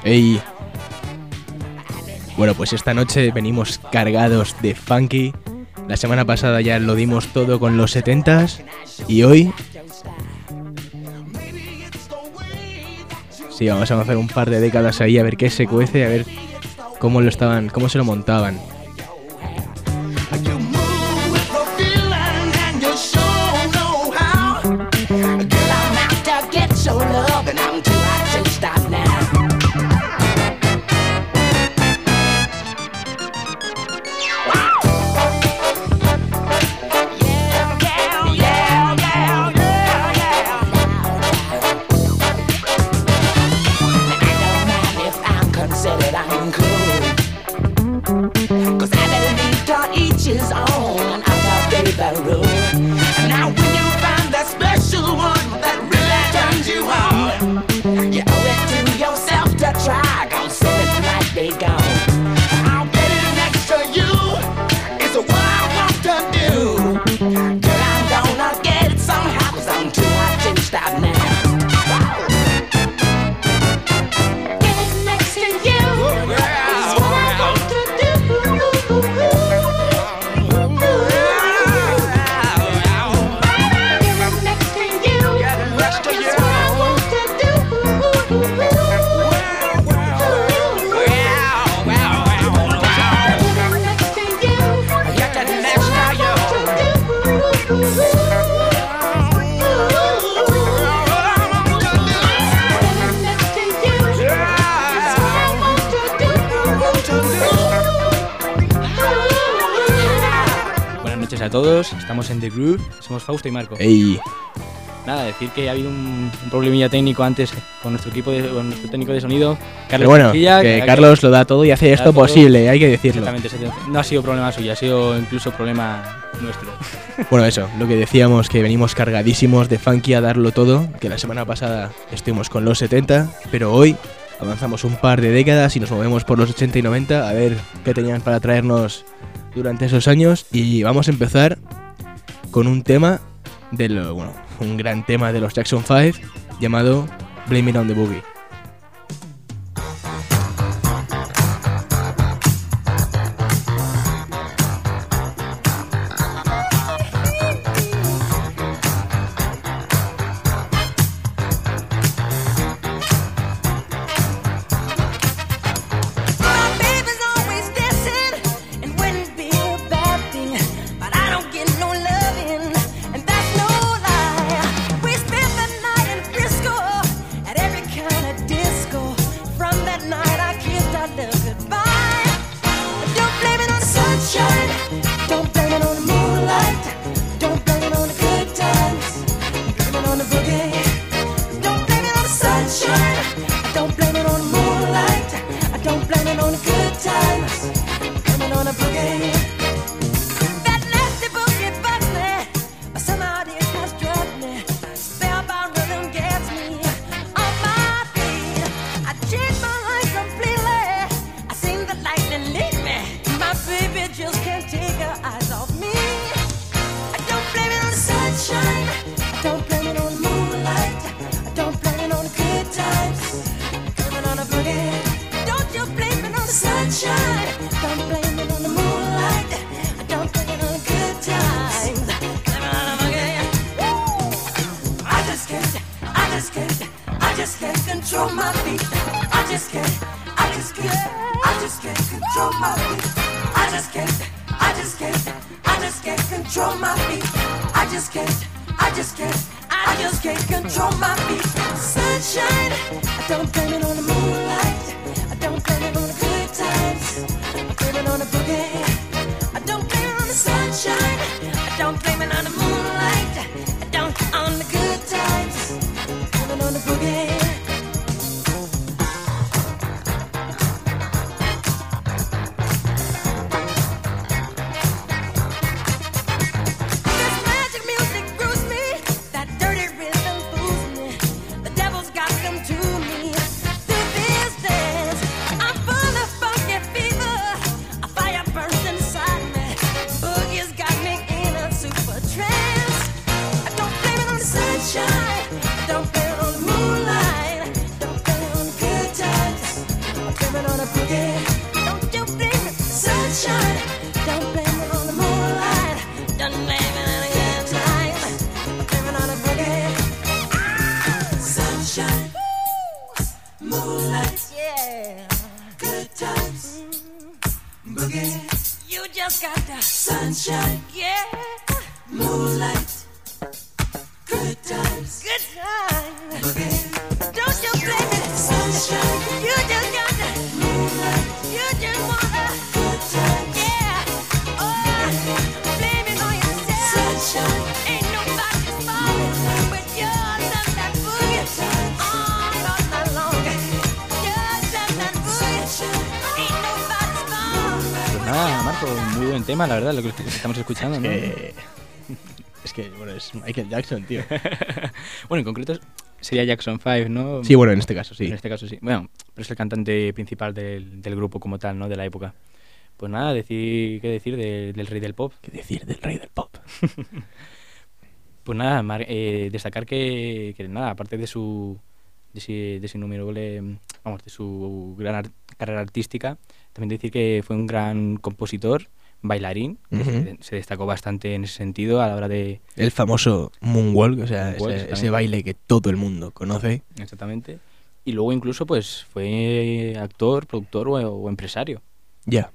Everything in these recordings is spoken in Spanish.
Ey. Bueno, pues esta noche venimos cargados de funky. La semana pasada ya lo dimos todo con los 70s. Y hoy... sí, vamos a hacer un par de décadas ahí a ver qué se cuece, a ver cómo se lo montaban. A todos, estamos en The Groove, somos Fausto y Marco. Ey. Nada, decir que ha habido un problemilla técnico antes con nuestro técnico de sonido, Carlos. Pero bueno, García, que Carlos lo da todo y hace esto posible, hay que decirlo. Exactamente, no ha sido problema suyo, ha sido incluso problema nuestro. Bueno, eso, lo que decíamos, que venimos cargadísimos de funky a darlo todo, que la semana pasada estuvimos con los 70, pero hoy avanzamos un par de décadas y nos movemos por los 80 y 90 a ver qué tenían para traernos durante esos años. Y vamos a empezar con un tema un gran tema de los Jackson 5 llamado Blame It on the Boogie. That dirty rhythm fools me. The devil's got them to me. lights, yeah. Good times, boogie. You just got the sunshine, yeah. Moonlight, good times, boogie. Don't you blame it, sunshine. You just got the moonlight. You just wanna good times, yeah. Oh, blame it on yourself, sunshine. Ain't nobody falling, but you're that boogie all night long. Just that boogie, ain't nobody's falling. Pues nada, Marco, muy buen tema, la verdad, lo que estamos escuchando, ¿no? Es que, bueno, es Michael Jackson, tío. Bueno, en concreto sería Jackson 5, ¿no? Sí, bueno, en este caso sí. En este caso sí. Bueno, pero es el cantante principal del grupo como tal, ¿no? De la época. Pues nada, ¿qué decir del rey del pop? ¿Qué decir del rey del pop? Pues nada, destacar que nada, aparte de su innumerable, vamos, de su gran carrera artística, también decir que fue un gran compositor, bailarín, se destacó bastante en ese sentido a la hora de... El famoso moonwalk, o sea, Moonwalk, ese baile que todo el mundo conoce. Exactamente. Y luego incluso pues fue actor, productor o empresario. Ya.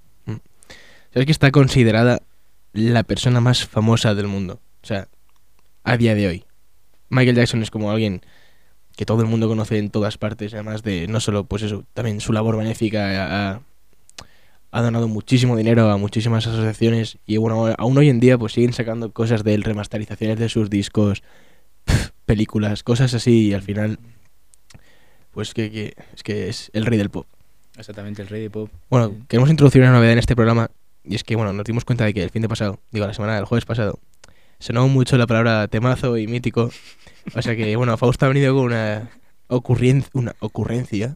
¿Sabes que está considerada la persona más famosa del mundo? O sea, a día de hoy. Michael Jackson es como alguien que todo el mundo conoce en todas partes, además de no solo pues eso, también su labor benéfica ha donado muchísimo dinero a muchísimas asociaciones y bueno, aún hoy en día pues siguen sacando cosas de él, remasterizaciones de sus discos, películas, cosas así y al final pues que es el rey del pop. Exactamente, el rey del pop. Bueno, queremos introducir una novedad en este programa y es que bueno, nos dimos cuenta de que el fin de pasado, la semana del jueves pasado, sonó mucho la palabra temazo y mítico, o sea que bueno, Fausto ha venido con una ocurrencia.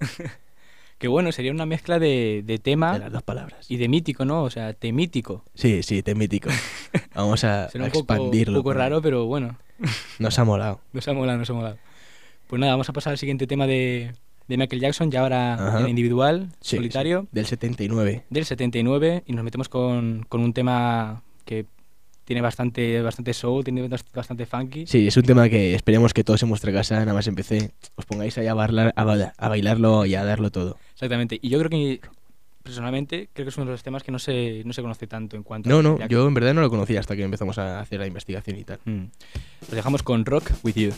Que bueno, sería una mezcla de tema de las dos palabras y de mítico, ¿no? O sea, temítico. Sí, temítico. Vamos a expandirlo. Un poco raro, pero bueno. Nos ha molado. Nos ha molado. Pues nada, vamos a pasar al siguiente tema de Michael Jackson, ya ahora en individual, sí, solitario. Sí, del 79. Del 79, y nos metemos con un tema que tiene bastante soul, tiene bastante funky. Sí, es un tema que esperemos que todos en vuestra casa, nada más empecé, os pongáis ahí a bailarlo y a darlo todo. Exactamente, y yo creo que, personalmente, creo que es uno de los temas que no se conoce tanto en cuanto No, yo en verdad no lo conocía hasta que empezamos a hacer la investigación y tal. Los dejamos con Rock With You.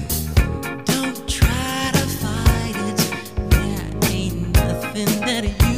Don't try to fight it. There ain't nothing that you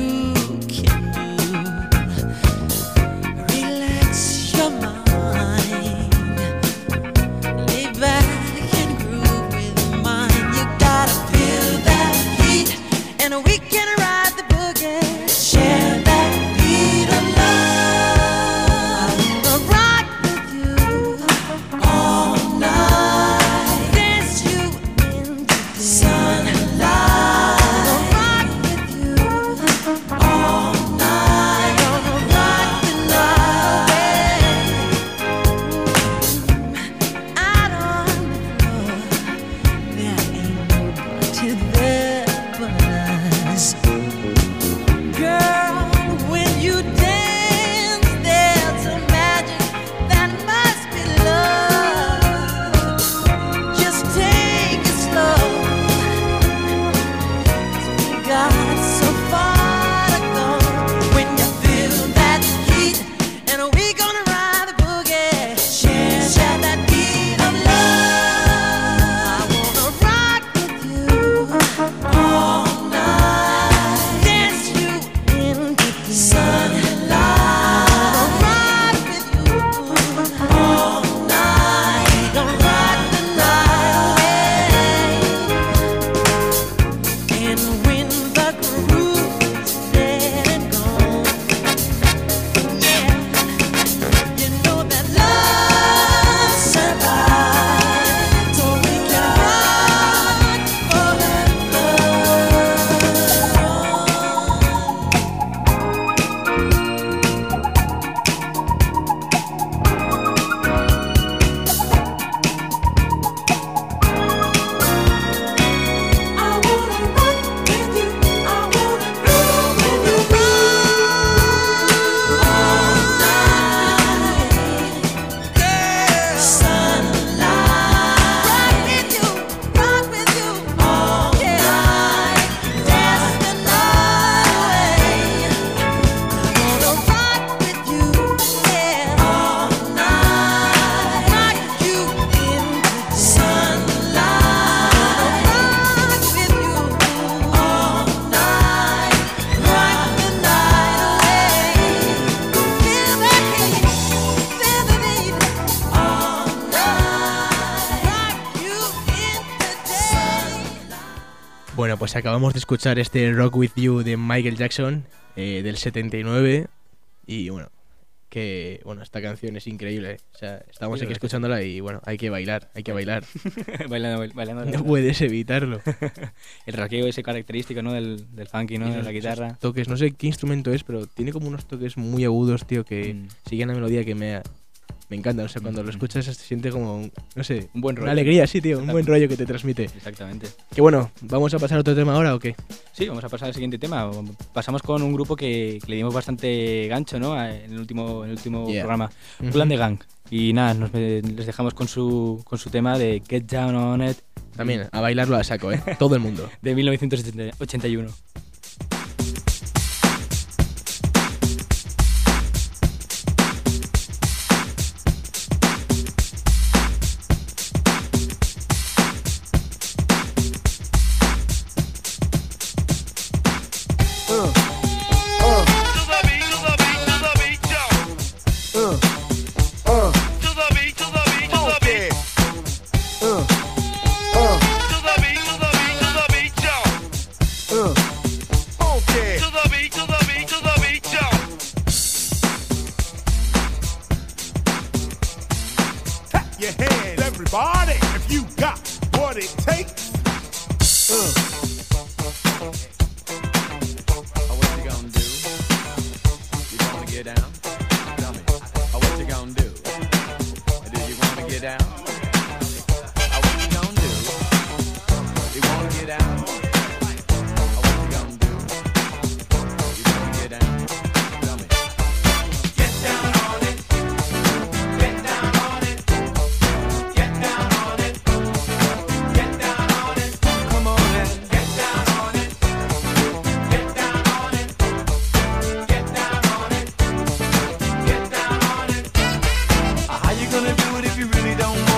Bueno, pues acabamos de escuchar este Rock With You de Michael Jackson del 79 y bueno, que bueno, esta canción es increíble. O sea, estamos Sí, aquí la verdad que escuchándola y bueno, hay que bailar. bailando. No puedes evitarlo. El raqueo ese característico, ¿no? Del funky, ¿no? Y De esos- la guitarra. esos toques, no sé qué instrumento es, pero tiene como unos toques muy agudos, tío, que siguen la melodía que me encanta. O sea, cuando lo escuchas se siente como, no sé, Un buen rollo. una alegría, sí, tío, un buen Exactamente. rollo que te transmite. Exactamente. Que bueno, ¿vamos a pasar a otro tema ahora o qué? Sí, vamos a pasar al siguiente tema. Pasamos con un grupo que le dimos bastante gancho, ¿no? En el último Yeah. programa. Ujú. Plan de Gang. Y nada, les dejamos con su tema de Get Down on It También, a bailarlo a saco, todo el mundo. de 1981. Your hands, everybody, if you got what it takes. What you gonna do? You gonna get down? Tell me. What you gonna do? Do you wanna get down? What you gonna do? You wanna get down? What you gonna do? You wanna get down? Tell me. Get down on it. Get down on it. Get down on it. Get down on it. Come on and get down on it. Get down on it. Get down on it. Get down on it. How you gonna do it if you really don't want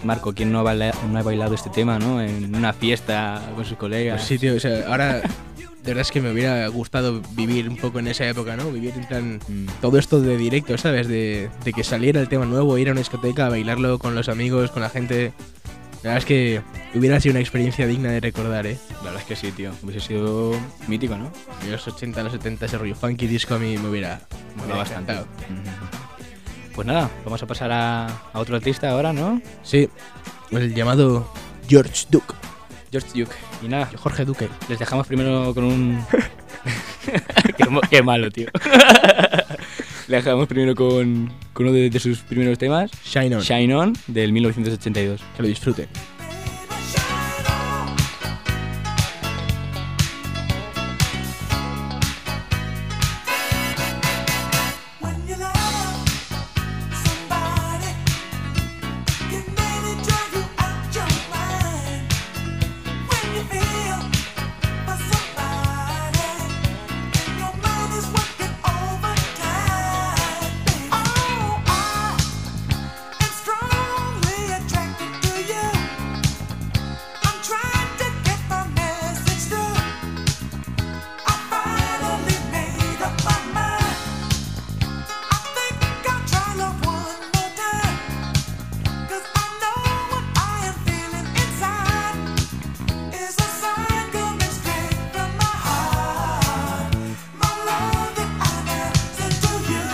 Marco, ¿quién no ha bailado este tema, ¿no? En una fiesta con sus colegas. Pues sí, tío, o sea, ahora de verdad es que me hubiera gustado vivir un poco en esa época, ¿no? Vivir en plan todo esto de directo, ¿sabes? De que saliera el tema nuevo, ir a una discoteca, bailarlo con los amigos, con la gente. La verdad es que hubiera sido una experiencia digna de recordar, ¿eh? La verdad es que sí, tío. Hubiese sido mítico, ¿no? En los 80, los 70, ese rollo funky disco a mí me hubiera Bastante. encantado. Pues nada, vamos a pasar a otro artista ahora, ¿no? Sí, el llamado George Duke. George Duke. Y nada, Jorge Duque. les dejamos primero con un... qué malo, tío. Le dejamos primero con uno de sus primeros temas, Shine On. Shine On, del 1982. Que lo disfruten. When you love somebody, you really drive you out your mind. When you feel for somebody, and your mind is working overtime. Oh, I am strongly attracted to you. I'm trying to get my message through. I finally made up my mind. I think I'll try love one more time, 'cause I know what I am feeling inside is a sign coming straight from my heart. My love that I now send to you,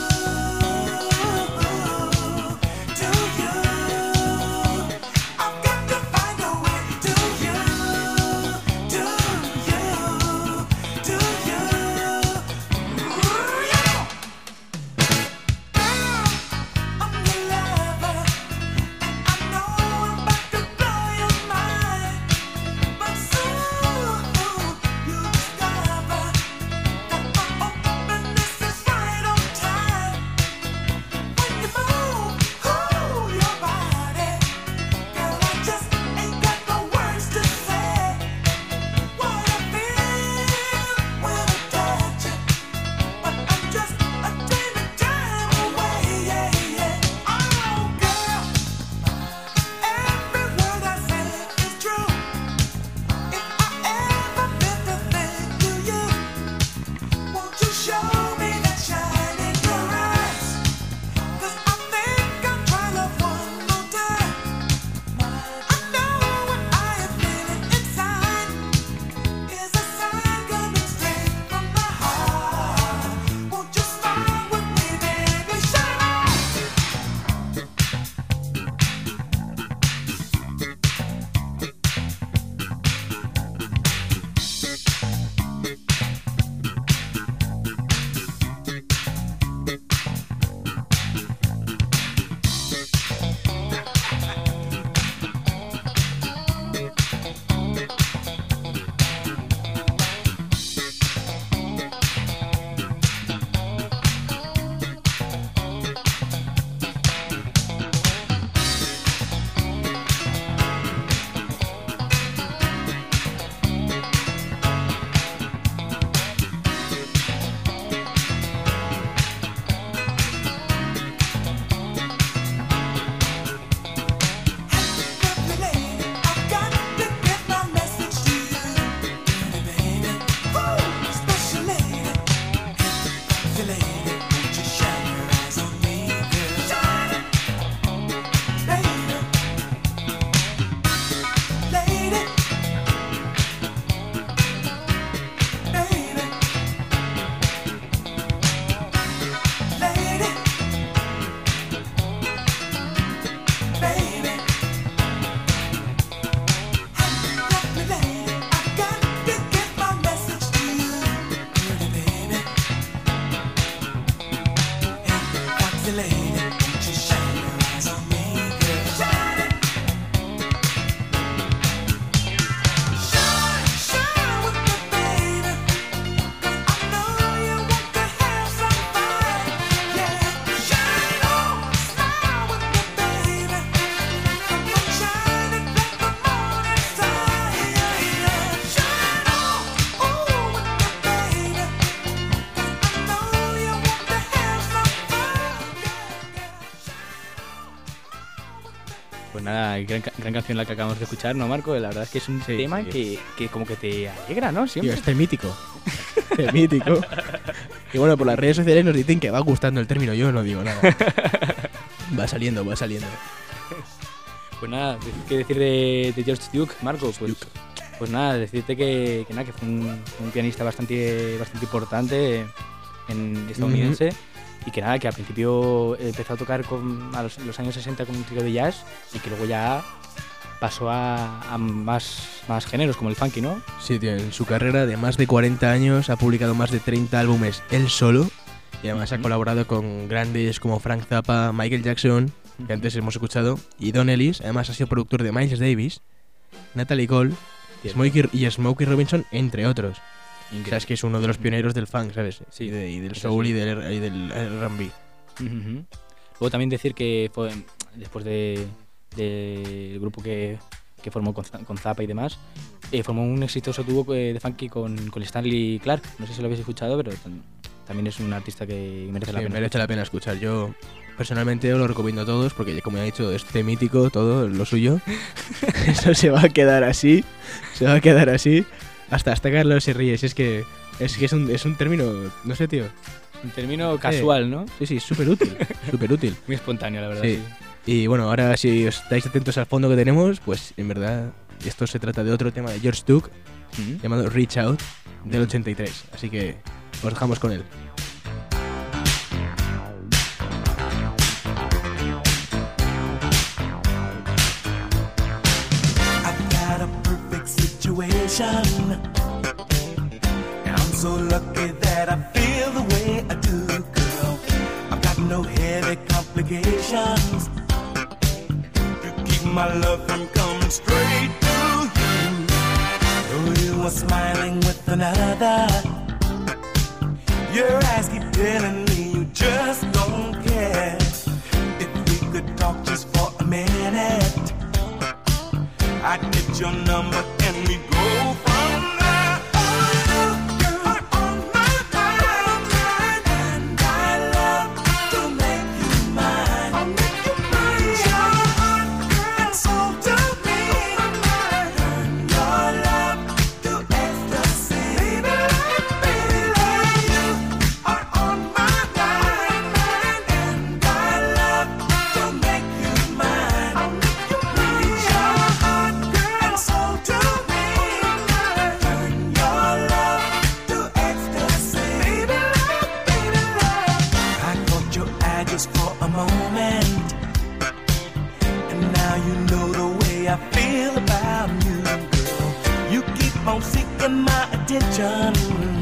to you. I've got to find a way to you, to you, to you. Yeah. I'm your lover, and I know I'm about to blow your mind. But soon you'll discover that my openness is right on time. When you move your body, girl, I just ain't got no words to say. What I feel when I touch you, but I'm just a dream time away. Yeah, yeah. Oh, girl, every word I say is true. If I ever meant a thing to you, won't you show me that shine in your eyes? 'Cause I think I'll try love one more time. I know what I am feeling inside is a sign coming straight from my heart. Won't you smile with me, baby? Shine on. I've got to get my message to you, baby. Ooh, special lady, the lady, won't you shine your eyes on me, girl? Shine it, baby, lady, baby, baby. I've got to get my message to you, pretty baby. Hey, foxy lady, won't you shine your eyes on me, girl? Shine it, shine with me, baby. 'Cause I know you want to have some fun. Yeah, shine on, smile with me, baby. Come on, shine it like the morning sun. Yeah, yeah. Shine on, ooh, with me, baby. 'Cause I know you want to have some fun. Yeah. Pues nada, gran canción la que acabamos de escuchar, ¿no, Marco? La verdad es que es un tema sí. Que como que te alegra, ¿no? Tío, Siempre. este mítico. Este mítico. Y bueno, por las redes sociales nos dicen que va gustando el término, yo no digo nada. Va saliendo. Pues nada, ¿qué decir de George Duke, Marco? Pues nada, decirte que fue un pianista bastante importante estadounidense. Y que nada, que al principio empezó a tocar a los años 60 con un trío de jazz y que luego ya pasó a más géneros como el funky, ¿no? Sí, tío, en su carrera de más de 40 años ha publicado más de 30 álbumes él solo y además ha colaborado con grandes como Frank Zappa, Michael Jackson, que antes hemos escuchado, y Don Ellis. Además ha sido productor de Miles Davis, Natalie Cole, Smokey Robinson, entre otros. Increíble. O sea, es que es uno de los pioneros del funk, ¿sabes? Sí, y del eso soul sí. y del R&B. Ujú. Luego también decir que fue después del grupo que formó con Zappa y demás, formó un exitoso dúo de funky con Stanley Clarke. No sé si lo habéis escuchado, pero también es un artista que merece la Sí, pena. merece la pena escuchar. Yo personalmente os lo recomiendo a todos porque, como ya he dicho, este mítico, todo lo suyo. Eso se va a quedar así. Hasta Carlos se ríe. Si es que es un término, no sé, tío. Un término casual, ¿no? Sí, súper útil. Muy espontáneo, la verdad. Sí. Y bueno, ahora si os estáis atentos al fondo que tenemos, pues en verdad esto se trata de otro tema de George Duke llamado Reach Out del 83. Así que os dejamos con él. I've got a perfect situation. And I'm so lucky that I feel the way I do, girl. I've got no heavy complications to keep my love from coming straight to you. Though you are smiling with another, your eyes keep telling me you just don't care. If we could talk just for a minute, I'd get your number and we'd go from there. Oh, you are on my mind, and I love to make you mine. I'll make you mine. Your heart and soul to me, turn your love to ecstasy. Baby, you are on my mind, and I love to make you mine. I'll make you mine. Your heart and soul to me, turn your love to ecstasy. Baby, I caught your eye just for a moment, and now you know the way I feel about you, girl. You keep on seeking my attention.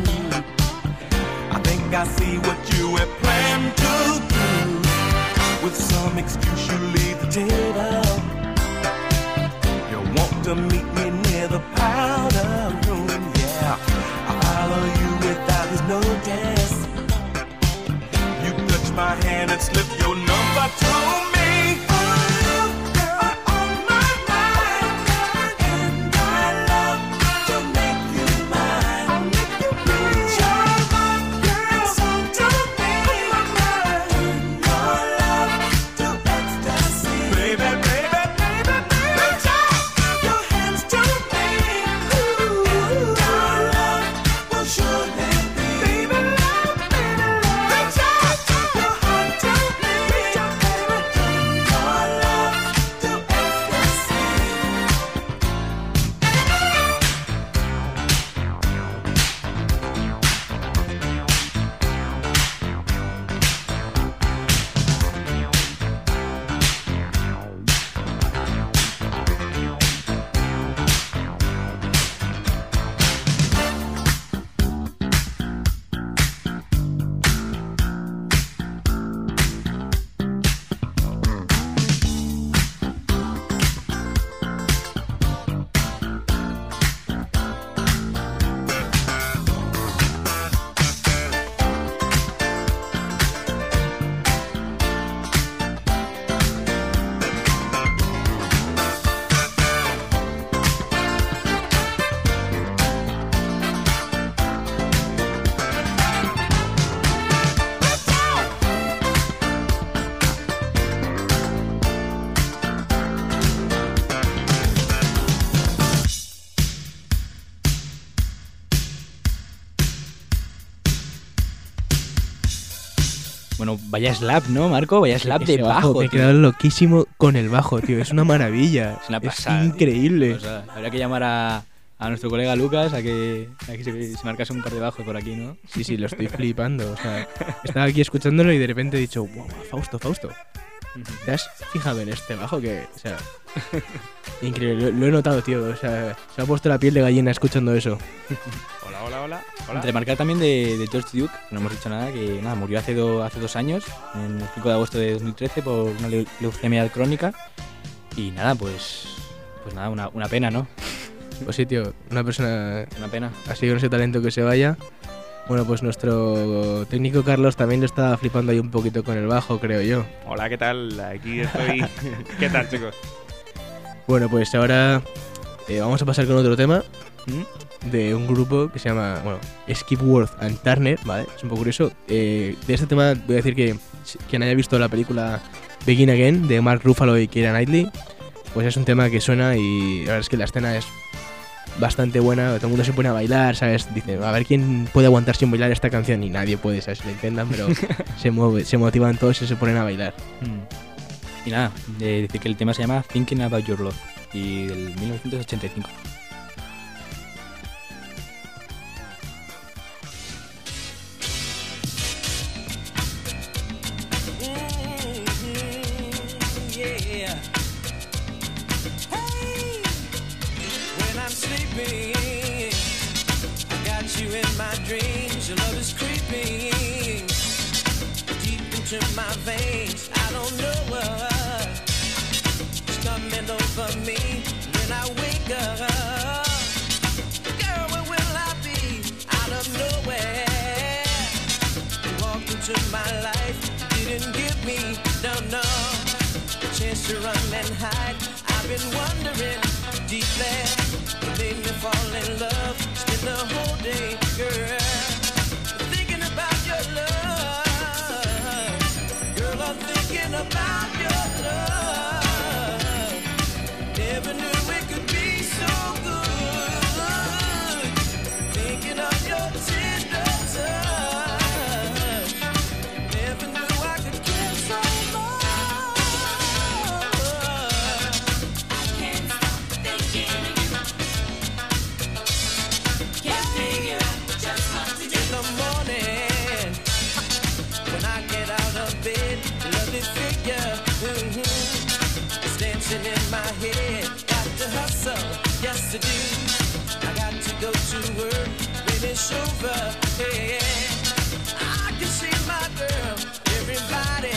I think I see what you have planned to do. With some excuse you leave the table. You want to meet me near the powder room, yeah. I'll follow you without his notice. You touch my hand and slip your number to me. You are on my mind, and I love to make you mine. I'll make you mine. Your heart and soul to me, turn your love to ecstasy. Baby, baby, baby, baby, your hands to me, and our love will surely be. Baby, love, reach out, your heart to me, Bueno, vaya slap, ¿no, Marco? Vaya slap Ese de bajo, me he tío. quedado loquísimo con el bajo, tío. Es una maravilla. Es una pasada. Increíble. O sea, habría que llamar a nuestro colega Lucas a que se marcase un par de bajos por aquí, ¿no? Sí, lo estoy flipando. O sea, estaba aquí escuchándolo y de repente he dicho, wow, Fausto. ¿Te has fijado en este bajo? Que, o sea, increíble. Lo he notado, tío. O sea, se ha puesto la piel de gallina escuchando eso. Hola. Remarcar también de George Duke, que no hemos dicho nada, que nada, murió hace 2 años, en el 5 de agosto de 2013, por una leucemia crónica. Y nada, pues nada, una pena, ¿no? Pues sí, tío. Una persona Una pena. así con ese talento que se vaya. Bueno, pues nuestro técnico Carlos también lo estaba flipando ahí un poquito con el bajo, creo yo. Hola, ¿qué tal? Aquí estoy. ¿Qué tal, chicos? Bueno, pues ahora vamos a pasar con otro tema de un grupo que se llama, bueno, Skipworth and Turner, ¿vale? Es un poco curioso. De este tema voy a decir que quien haya visto la película Begin Again de Mark Ruffalo y Keira Knightley, pues es un tema que suena y la verdad es que la escena es bastante buena, todo el mundo se pone a bailar, ¿sabes? Dice, a ver quién puede aguantar sin bailar esta canción y nadie puede, ¿sabes? Lo intentan, pero se motivan todos y se ponen a bailar. Y nada, decir que el tema se llama Thinking About Your Love, y del 1985. Yeah. Hey, when I'm sleeping, I got you in my dreams. Your love is creeping deep into my veins. I don't know what's coming over me when I wake up. Girl, where will I be? Out of nowhere, you walked into my life, didn't give me no chance to run and hide. I've been wondering deeply, you made me fall in love. Spend the whole day, girl, thinking about your love. Girl, I'm thinking about your love. Never knew it could be so good. Thinking of your tender touch. Never knew I could care so much. In the morning, when I get out of bed, lovely figure, it's dancing in my head. Got to hustle, yes I do. I got to go to work when it's over. Yeah, I can see my girl. Everybody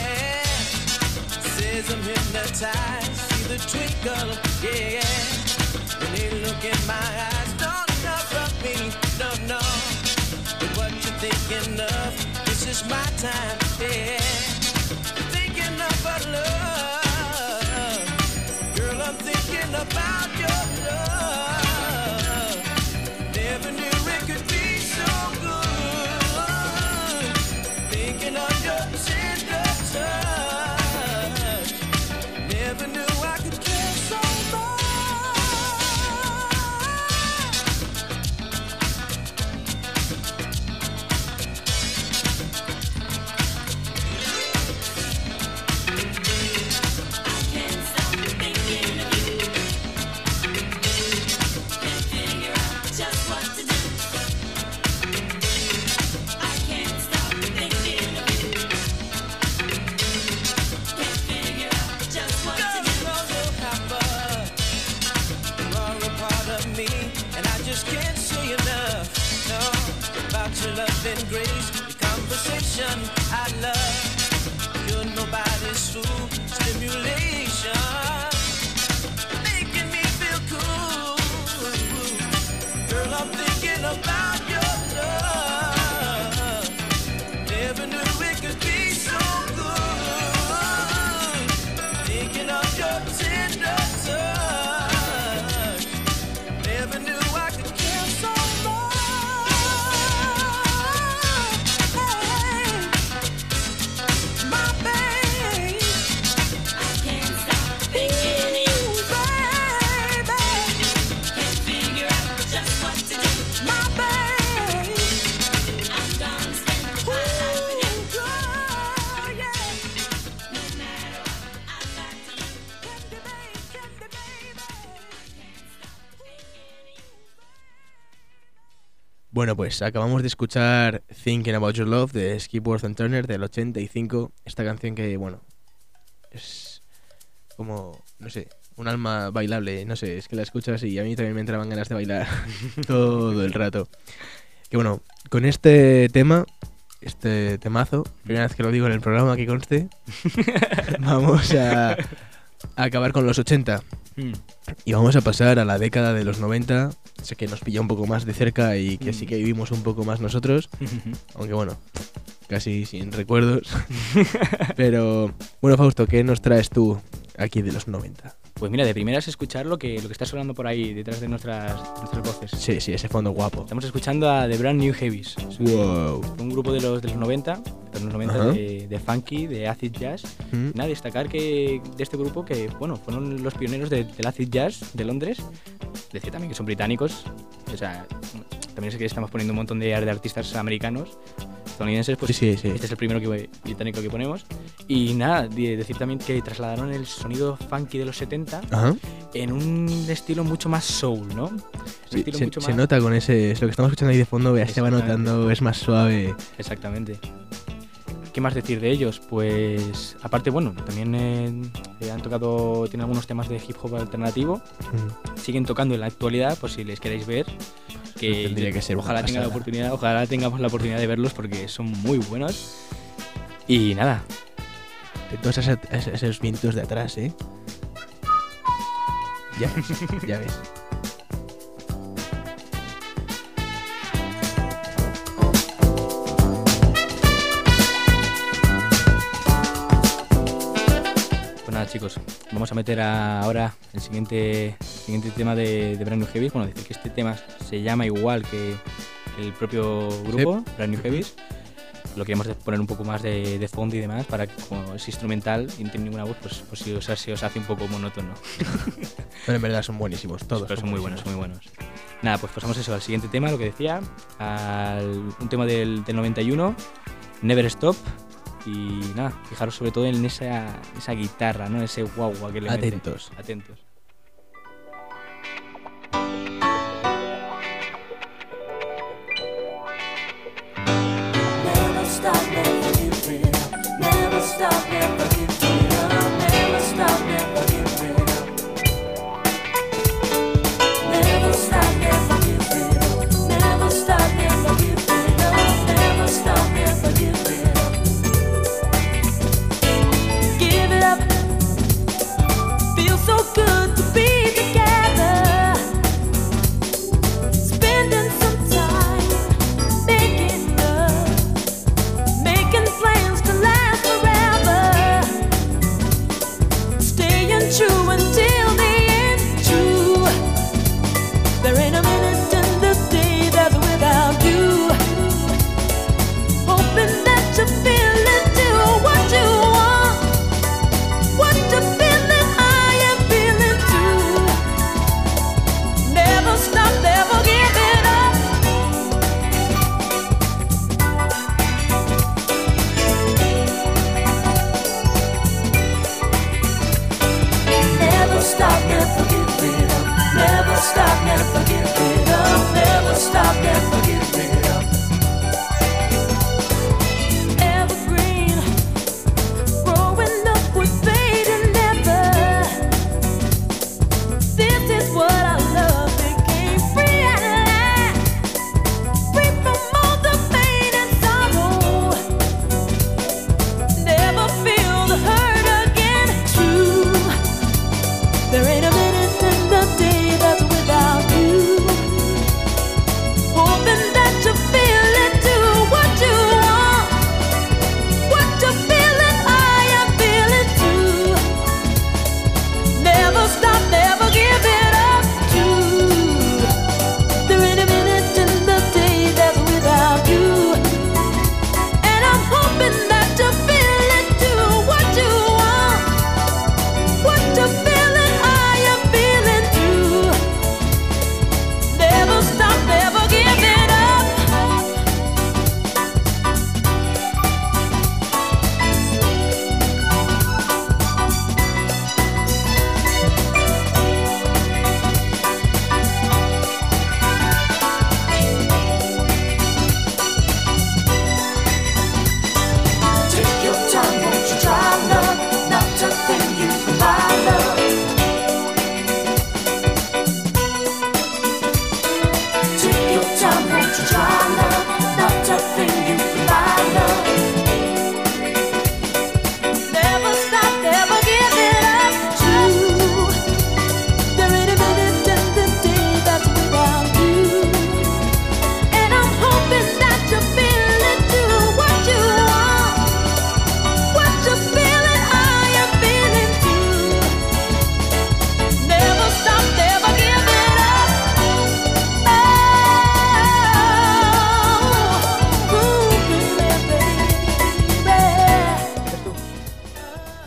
says I'm hypnotized. See the twinkle, yeah. When they look in my eyes, don't interrupt me, no. But what you thinking of? This is my time, yeah. Thinking of our love. Girl, I'm thinking about your love. Never knew it could be so good. Thinking of your tender touch. Never knew I could care so much. And grace, the conversation I love. You're nobody's fool, stimulation, making me feel cool. Girl, I'm thinking about your love. Never knew it could be so good. Thinking of your tender touch. Never knew I could care so much. Bueno, pues acabamos de escuchar Thinking About Your Love de Skipworth and Turner del 85. Esta canción que, bueno, es como, no sé, un alma bailable. No sé, es que la escuchas y a mí también me entraban ganas de bailar todo el rato. Que bueno, con este tema, este temazo, primera vez que lo digo en el programa, que conste, vamos a acabar con los 80. Y vamos a pasar a la década de los 90, sé que nos pilla un poco más de cerca y que sí que vivimos un poco más nosotros, aunque bueno, casi sin recuerdos. Pero bueno, Fausto, ¿qué nos traes tú aquí de los 90? Pues mira, de primeras escuchar lo que está sonando por ahí detrás de nuestras voces. Sí, sí, ese fondo guapo. Estamos escuchando a The Brand New Heavies. Wow. Un grupo de los 90, de funky, de acid jazz. Nada, destacar que de este grupo que, bueno, fueron los pioneros del acid jazz de Londres. Decir también que son británicos. O sea, también sé que estamos poniendo un montón de artistas americanos, estadounidenses, pues sí. Este es el primero británico que ponemos. Y nada, decir también que trasladaron el sonido funky de los 70 en un estilo mucho más soul, ¿no? Sí, se nota con ese, es lo que estamos escuchando ahí de fondo, se va notando, es más suave. Exactamente. ¿Qué más decir de ellos? Pues aparte, bueno, también han tocado, tienen algunos temas de hip hop alternativo. Siguen tocando en la actualidad, por si les queréis ver. Que tendría que ser ojalá tengamos la oportunidad de verlos porque son muy buenos. Y nada. De todos esos vientos de atrás, ¿eh? Ya ves. Chicos, vamos a meter ahora el siguiente tema de Brand New Heavies. Bueno, decir que este tema se llama igual que el propio grupo, Brand New Heavies. Lo queríamos poner un poco más de fondo y demás para que, como es instrumental y no tiene ninguna voz, pues si os hace un poco monótono. Pero en verdad son buenísimos todos. Pero son muy buenos. Nada, pues pasamos eso al siguiente tema, lo que decía, un tema del 91, Never Stop. Y nada, fijaros sobre todo en esa guitarra, ¿no? Ese guagua que le mete. Atentos. Never stop, never give it up. Never stop, never give it up. Never stop, never give it up. Never stop, never give it up. Never stop, never give it up. Never stop, never give it up. Give it up. Feels so good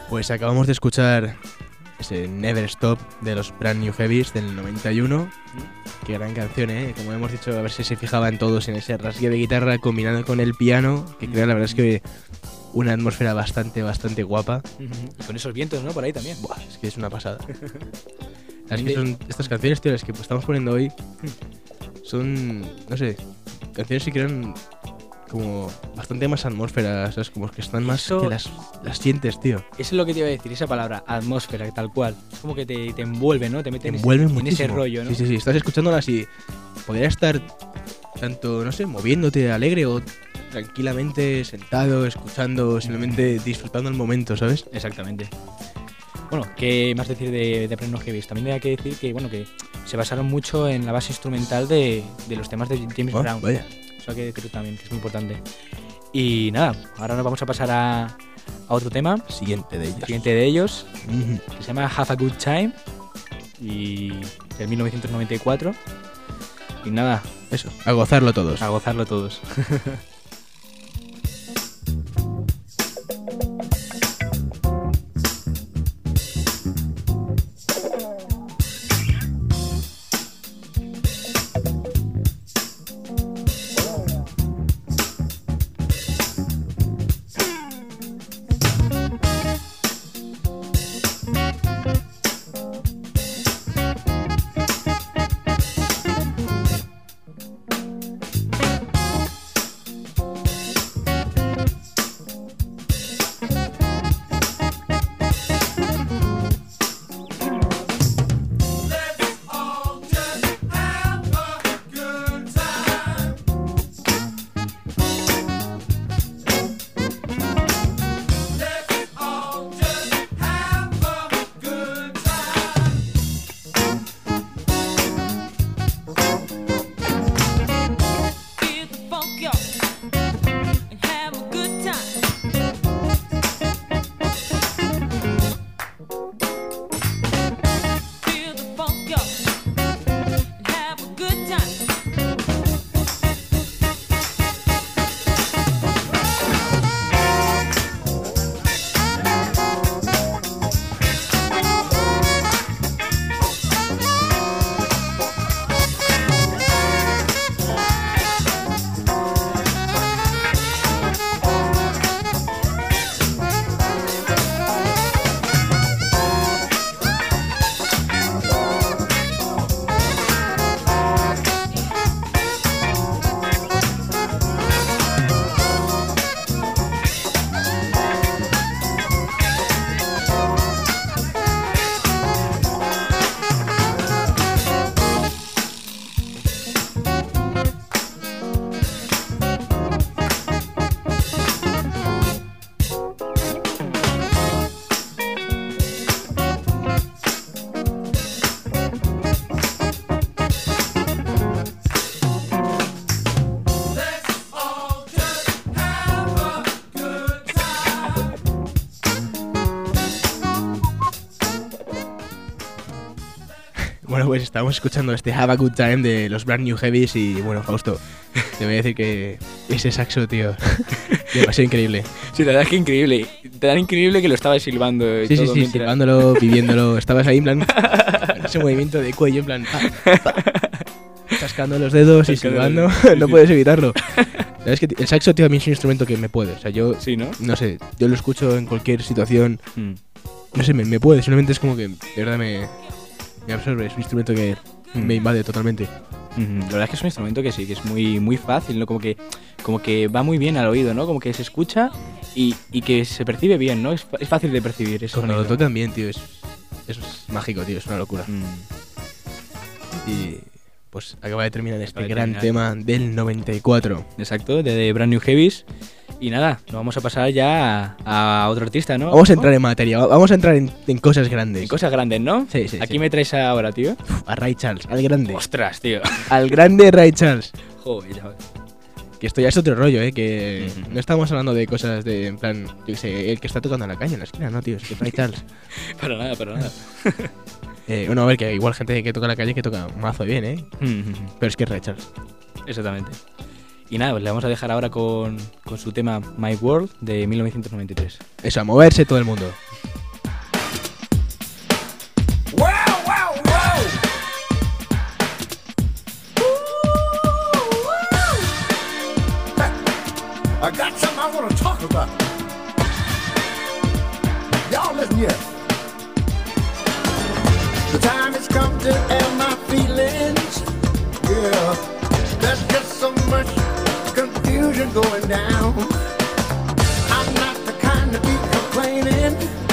Pues acabamos de escuchar ese Never Stop de los Brand New Heavies del 91. Qué gran canción, ¿eh? Como hemos dicho, a ver si se fijaban todos en ese rasgueo de guitarra combinado con el piano, que crea la verdad es que una atmósfera bastante guapa. Y con esos vientos, ¿no? Por ahí también. Buah, es que es una pasada. Es que son estas canciones, tío, las que estamos poniendo hoy, son, no sé, canciones que crean como bastante más atmósfera, ¿sabes? Como que están más Eso- que las sientes, tío. Eso es lo que te iba a decir, esa palabra, atmósfera, tal cual. Es como que te envuelve, ¿no? Te mete Te en envuelve en muchísimo. ese rollo, ¿no? Sí, estás escuchándolas y podrías estar tanto, no sé, moviéndote alegre o tranquilamente sentado, escuchando, simplemente disfrutando el momento, ¿sabes? Exactamente. Bueno, ¿qué más decir de Brand New Heavies? También hay que decir que, bueno, que se basaron mucho en la base instrumental de los temas de James Ah, Brown. vaya. Eso que creo también, que es muy importante. Y nada, ahora nos vamos a pasar a otro tema, Siguiente de ellos. el siguiente de ellos, Ujú. que se llama Have a Good Time, y del 1994. Y nada, Eso, a gozarlo todos. a gozarlo todos. Get the funk up and have a good time. Feel the funk up and have a good time. Bueno, pues estamos escuchando este Have a Good Time de los Brand New Heavies y bueno, Fausto, te voy a decir que ese saxo, tío, demasiado increíble. Sí, la verdad es que increíble. Tan increíble que lo estaba silbando y Sí, todo mientras- silbándolo, viviéndolo, estabas ahí en plan, con ese movimiento de cuello en plan, chascando los dedos y Chascando silbando, los dedos, sí, no sí. puedes evitarlo. ¿Sabes que el saxo, tío, a mí es un instrumento que me puede, o sea, yo, Sí, ¿no? no sé, yo lo escucho en cualquier situación, Mm. no sé, me puede, simplemente es como que, de verdad, me absorbe, es un instrumento que me invade totalmente. La verdad es que es un instrumento que sí, que es muy fácil, ¿no? Como que va muy bien al oído, ¿no? Como que se escucha y que se percibe bien, ¿no? Es fácil de percibir ese Cuando lo sonido. tocan bien, tío, es mágico, tío, es una locura. Y pues acaba de terminar este Acaba de gran terminar. tema del 94. Exacto, de The Brand New Heavies. Y nada, nos vamos a pasar ya a otro artista, ¿no? Vamos a entrar en materia, vamos a entrar en cosas grandes. En cosas grandes, ¿no? Sí, sí, Aquí sí. me traes ahora, tío. A Ray Charles, al grande. Ostras, tío. Al grande Ray Charles. Joder, chaval. Que esto ya es otro rollo, que Ujú. no estamos hablando de cosas de, en plan, yo qué sé, el que está tocando la caña en la esquina, no, tío, es que Ray Charles. Para nada, para nada. Bueno, a ver, que igual gente que toca la calle que toca mazo bien, pero es que es Ray Charles. Exactamente. Y nada, pues le vamos a dejar ahora con su tema My World de 1993. Eso, a moverse todo el mundo. Yeah. The time has come to air my feelings. Yeah. There's just so much confusion going down. I'm not the kind to be complaining.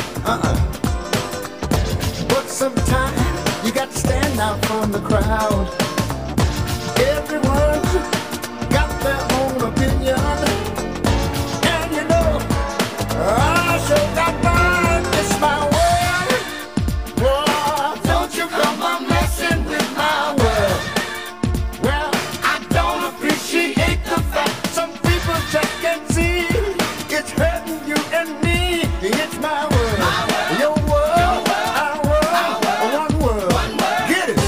But sometimes you got to stand out from the crowd. Everyone's got their own opinion. And you know, I sure got mine. It's my world. Whoa, don't you come on messing with my world. Well, I don't appreciate the fact some people just can't see. It's hurting you and me. It's my world. Your world, our world, one world. Get it.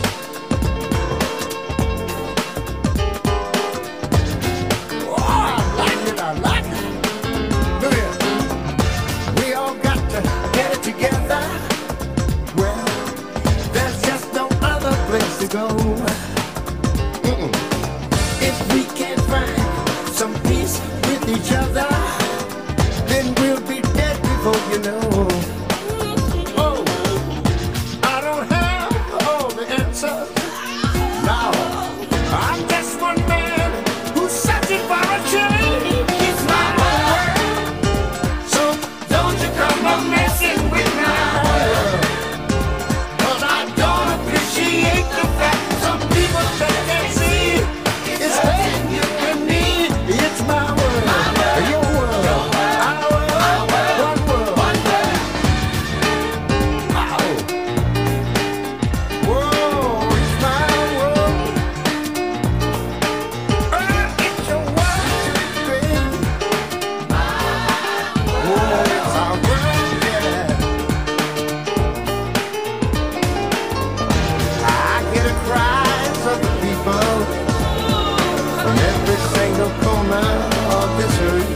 Oh, I like it, I like it. Look here. We all got to get it together. Well, there's just no other place to go. If we can't find some peace with each other, then we'll be dead before you know. Oh, I don't have all the answers. No, I'm just one man who's searching for a change. It's my world, so don't you come on messing with my world. 'Cause I don't appreciate the fact some people just can't see. It's hurting you and me. It's my world, your world, our world, one world. Ow. Whoa, it's my world. It's your world, baby. Whoa, it's our world, yeah. I hear the cries of the people from every single corner of this earth.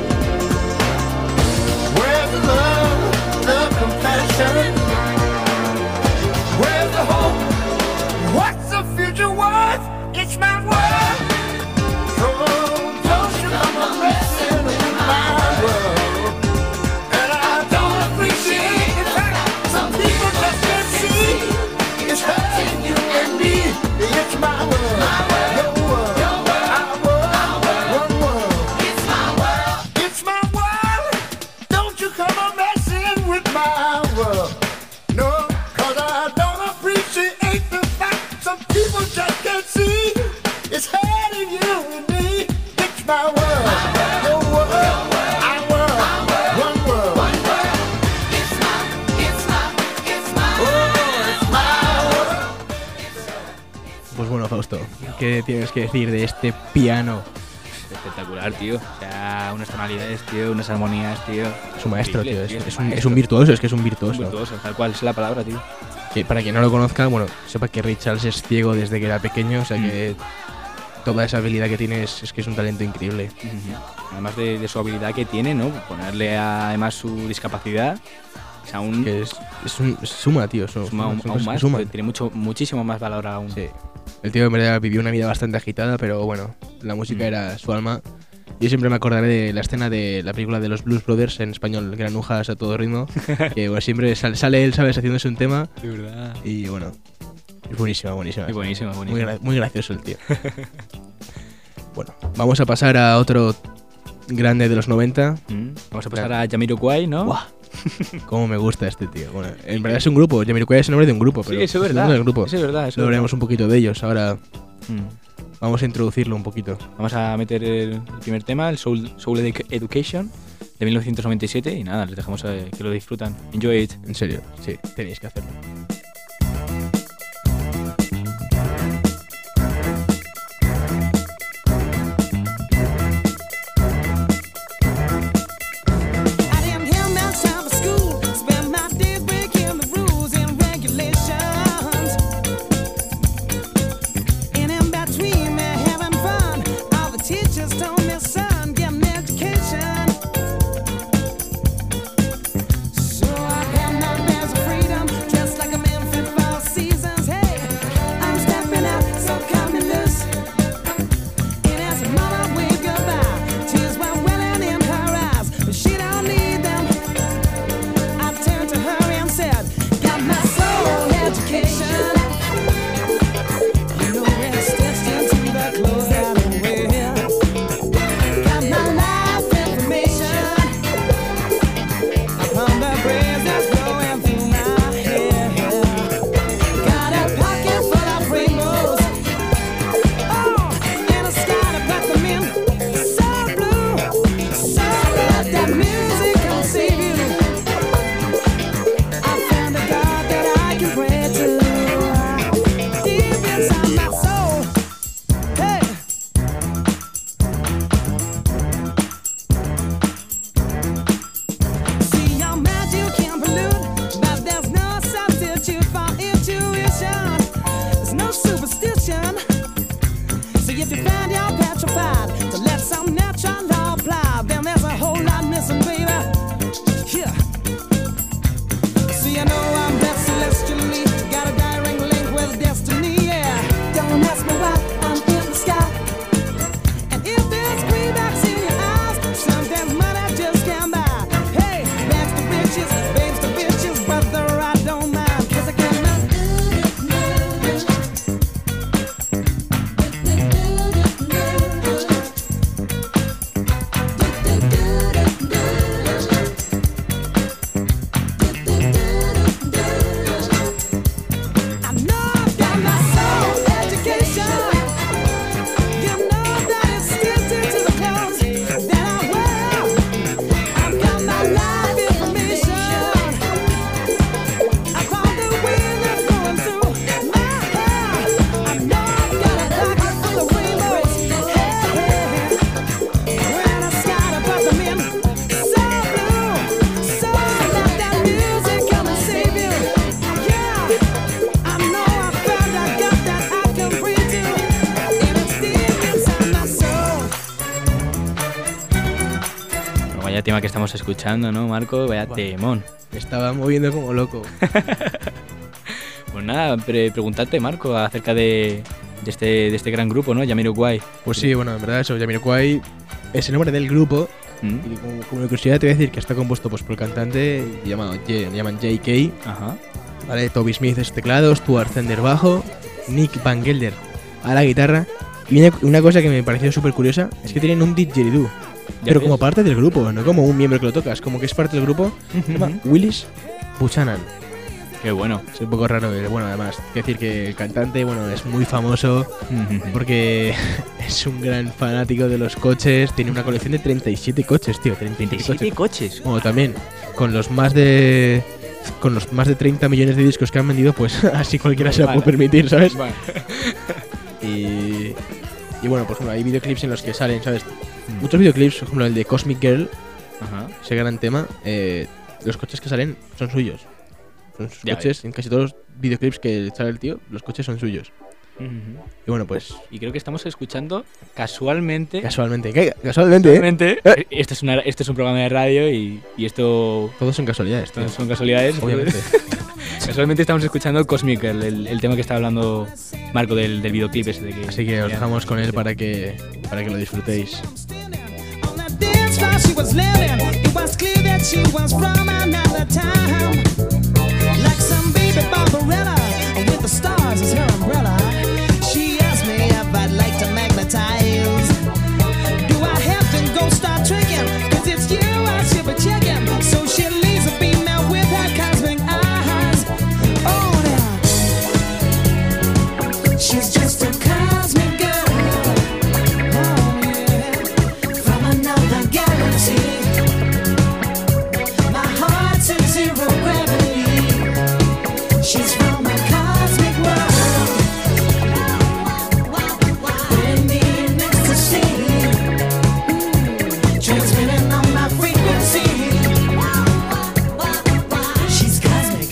Where's the love, the compassion? Where's the hope? What's the future worth? It's my world. So don't you come on messing with my world. And I don't appreciate the fact some people just can't see. It's hurting you and me. It's my world. Your world. Our world. One world. It's my world. It's my world. Don't you come on messing with my world. No, 'cause I don't appreciate the fact some people just can't see. It's hurting you and me. It's my world. Your world. Our world. One world. Oh, it's my world. Pues bueno, Fausto, ¿qué tienes que decir de este piano? Espectacular, tío. O sea, unas tonalidades, tío, unas armonías, tío. Es un maestro, tío. Increíble, Es un virtuoso, es que es un virtuoso. Un virtuoso, tal cual es la palabra, tío. Que para quien no lo conozca, bueno, sepa que Ray Charles es ciego desde que era pequeño, o sea que toda esa habilidad que tiene es que es un talento increíble. Además de su habilidad que tiene, ¿no? Ponerle además su discapacidad. O sea, Que suma, tío. suma aún más, suma. porque tiene muchísimo más valor aún. Sí. El tío en verdad vivió una vida bastante agitada, pero bueno, la música era su alma. Yo siempre me acordaré de la escena de la película de los Blues Brothers, en español, Granujas a todo ritmo, que bueno, siempre sale él, ¿sabes?, haciéndose un tema. De verdad. Y bueno, es buenísima. Es buenísimo. Muy gracioso el tío. Bueno, vamos a pasar a otro grande de los 90. Vamos a pasar a Jamiroquai, ¿no? ¡Guau! Cómo me gusta este tío. Bueno, en verdad es un grupo. Jamiroquai es el nombre de un grupo, pero Sí, eso es verdad. el nombre del grupo. Eso es verdad. Luego hablaremos un poquito de ellos. Ahora vamos a introducirlo un poquito. Vamos a meter el primer tema, el Soul Education, de 1997. Y nada, les dejamos que lo disfrutan. Enjoy it. En serio, sí, tenéis que hacerlo. So I got my best freedom, just like a tema que estamos escuchando, ¿no, Marco? Vaya Buah. temón. Me estaba moviendo como loco. Pues nada, preguntarte, Marco, acerca de este gran grupo, ¿no? Jamiroquai. Pues sí, bueno, en verdad eso, Jamiroquai es el nombre del grupo. ¿Mm? Y como curiosidad te voy a decir que está compuesto pues, por el cantante, llaman J.K., Ajá. ¿vale? Toby Smith es teclados, Stuart Zender bajo, Nick Van Gelder a la guitarra. Y una cosa que me pareció súper curiosa es que tienen un didgeridoo, pero como parte del grupo, no como un miembro que lo tocas, como que es parte del grupo. Se llama Willis Buchanan. Qué bueno. Es un poco raro, pero bueno, además, hay que decir que el cantante, bueno, es muy famoso porque es un gran fanático de los coches, tiene una colección de 37 coches, tío, 27 coches. Bueno, también, con los más de 30 millones de discos que han vendido, pues así cualquiera se lo puede permitir, ¿sabes? Vale. Y bueno, por ejemplo, hay videoclips en los que salen, ¿sabes? Muchos videoclips, por ejemplo, el de Cosmic Girl, Ajá. ese gran tema, los coches que salen son suyos. Son sus Ya coches, en casi todos los videoclips que sale el tío, los coches son suyos. Y bueno, pues Y creo que estamos escuchando casualmente. casualmente, ¿qué? Casualmente, ¿eh? Casualmente. Este es un programa de radio y esto. Todos son casualidades, tío. Todas son casualidades. Obviamente. Casualmente estamos escuchando Cosmic Girl, el tema que estaba hablando Marco del videoclip ese de que. Así que os dejamos con él para que lo disfrutéis. On that dance floor she was living, it was clear that she was from another time. Like some baby Barbarella, with the stars as her umbrella. She asked me if I'd like to magnetize. Do I have to go start tricking? 'Cause it's you I should be checking. So she leaves a female with her cosmic eyes. Oh, now she's just a cosmic girl. Oh, yeah. From another galaxy. My heart's in zero gravity. She's from a cosmic world. In the ecstasy. Transmitting on my frequency. She's cosmic.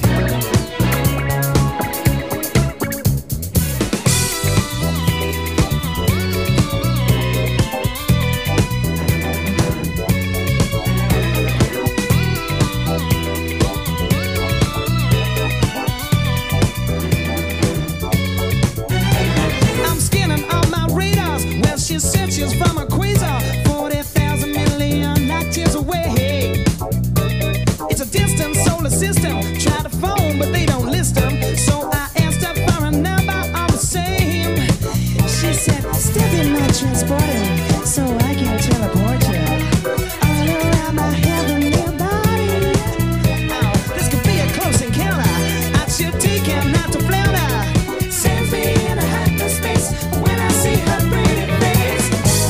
I'm scanning all my radars. Well, she said she's from a quasar, 40,000 million light years away. It's a distant solar system. Try to phone, but they don't list them. So I asked her for a number all the same. She said, step in my transporter so I can teleport you all around my heavenly body. Oh, this could be a close encounter. I should take him not to flounder. Sends me in a hyperspace when I see her pretty face.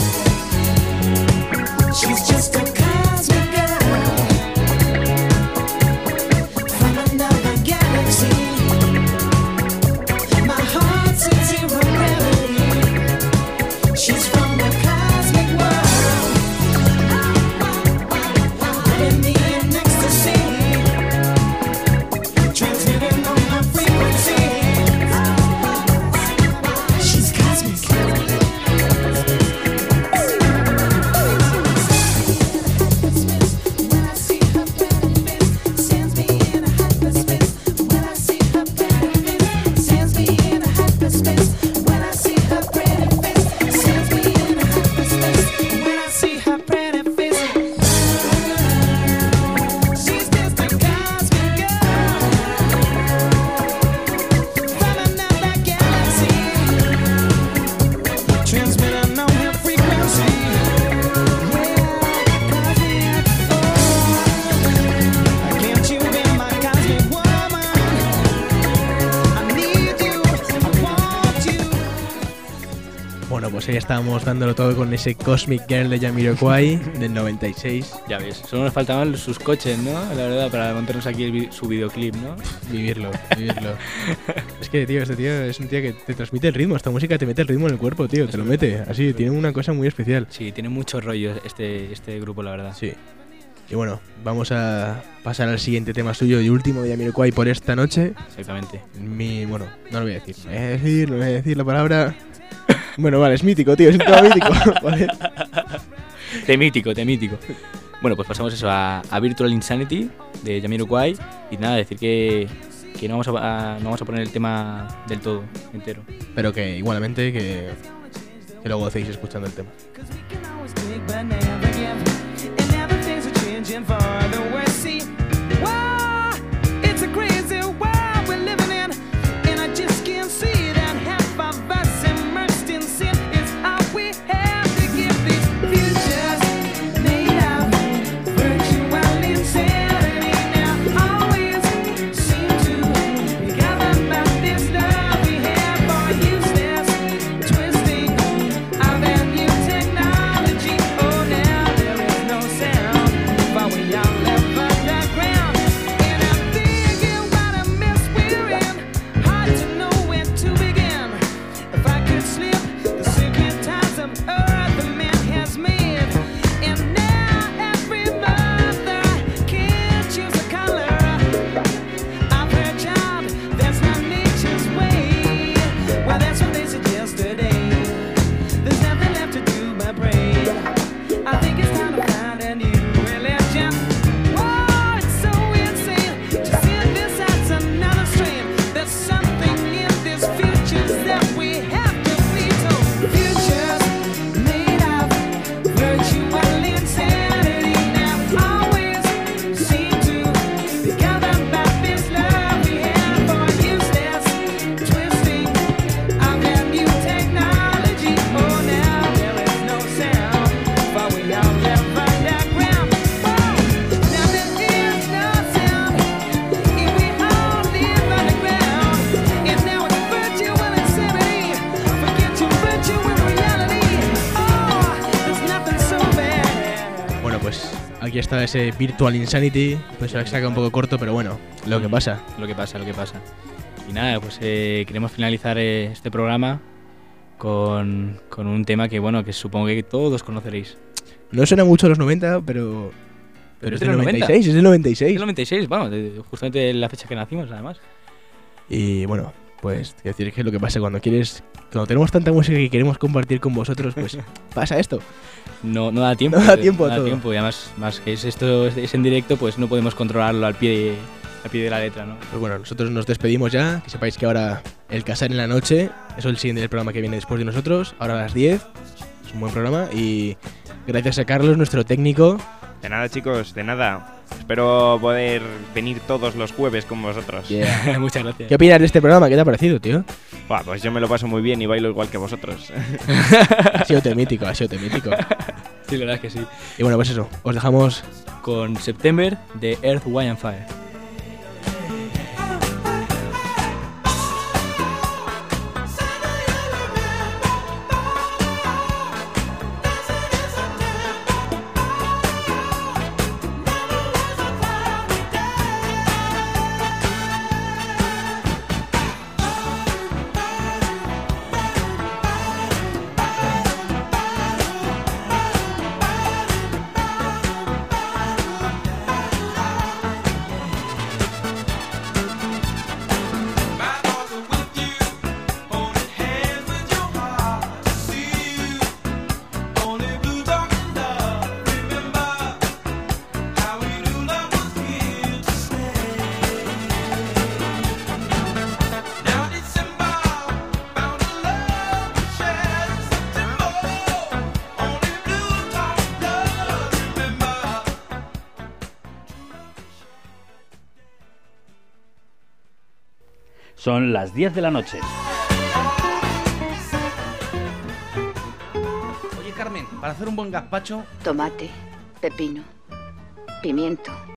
She's just a cosmic girl from another galaxy. My heart's in zero gravity. She's from the cosmic world. In the ecstasy. Transmitting on my frequency. She's cosmic. When I see her pretty face, sends me in a hyperspace. When I see her pretty face, sends me in a hyperspace. When I see her pretty face, sends me in a hyperspace. When I see her pretty face, she's just a cosmic girl from another galaxy. Transmitting on her frequency. Can't you be my cosmic woman? I need you, I want you. Bueno, pues ahí estábamos dándolo todo con ese Cosmic Girl de Jamiroquai del 96. Ya ves, solo nos faltaban sus coches, ¿no? La verdad, para montarnos aquí su videoclip, ¿no? Vivirlo. Es que, tío, este tío es un tío que te transmite el ritmo. Esta música te mete el ritmo en el cuerpo, tío. Te lo mete. Así, tiene una cosa muy especial. Sí, tiene mucho rollo este grupo, la verdad. Sí. Y bueno, vamos a pasar al siguiente tema suyo y último de Jamiroquai por esta noche. Exactamente. Bueno, no lo voy a decir. No voy a decir la palabra. Bueno, vale, es mítico, tío. Es un tema mítico. Vale. Temítico. Bueno, pues pasamos eso a Virtual Insanity de Jamiroquai. Y nada, decir que no vamos a poner el tema del todo, entero. Pero que igualmente que lo gocéis escuchando el tema. Aquí está ese Virtual Insanity, pues se saca un poco corto, pero bueno, lo que pasa. Lo que pasa. Y nada, pues queremos finalizar este programa con un tema que, bueno, que supongo que todos conoceréis. No suena mucho a los 90, pero es del 96, es del 96. Es del 96, bueno, justamente la fecha que nacimos, además. Y bueno, pues decir que lo que pasa cuando tenemos tanta música que queremos compartir con vosotros, pues pasa esto. No da tiempo. No da tiempo a todo. Y además, más que esto es en directo, pues no podemos controlarlo al pie de la letra, ¿no? Pues bueno, nosotros nos despedimos ya. Que sepáis que ahora el Casar en la Noche, eso es el siguiente del programa que viene después de nosotros. Ahora a las 10. Es un buen programa. Y gracias a Carlos, nuestro técnico. De nada, chicos, de nada. Espero poder venir todos los jueves con vosotros. Yeah. Muchas gracias. ¿Qué opinas de este programa? ¿Qué te ha parecido, tío? Buah, pues yo me lo paso muy bien y bailo igual que vosotros. Ha sido temítico. Sí, la verdad es que sí. Y bueno, pues eso, os dejamos con September de Earth, Wind and Fire. Son las 10 de la noche. Oye, Carmen, para hacer un buen gazpacho... Tomate, pepino, pimiento,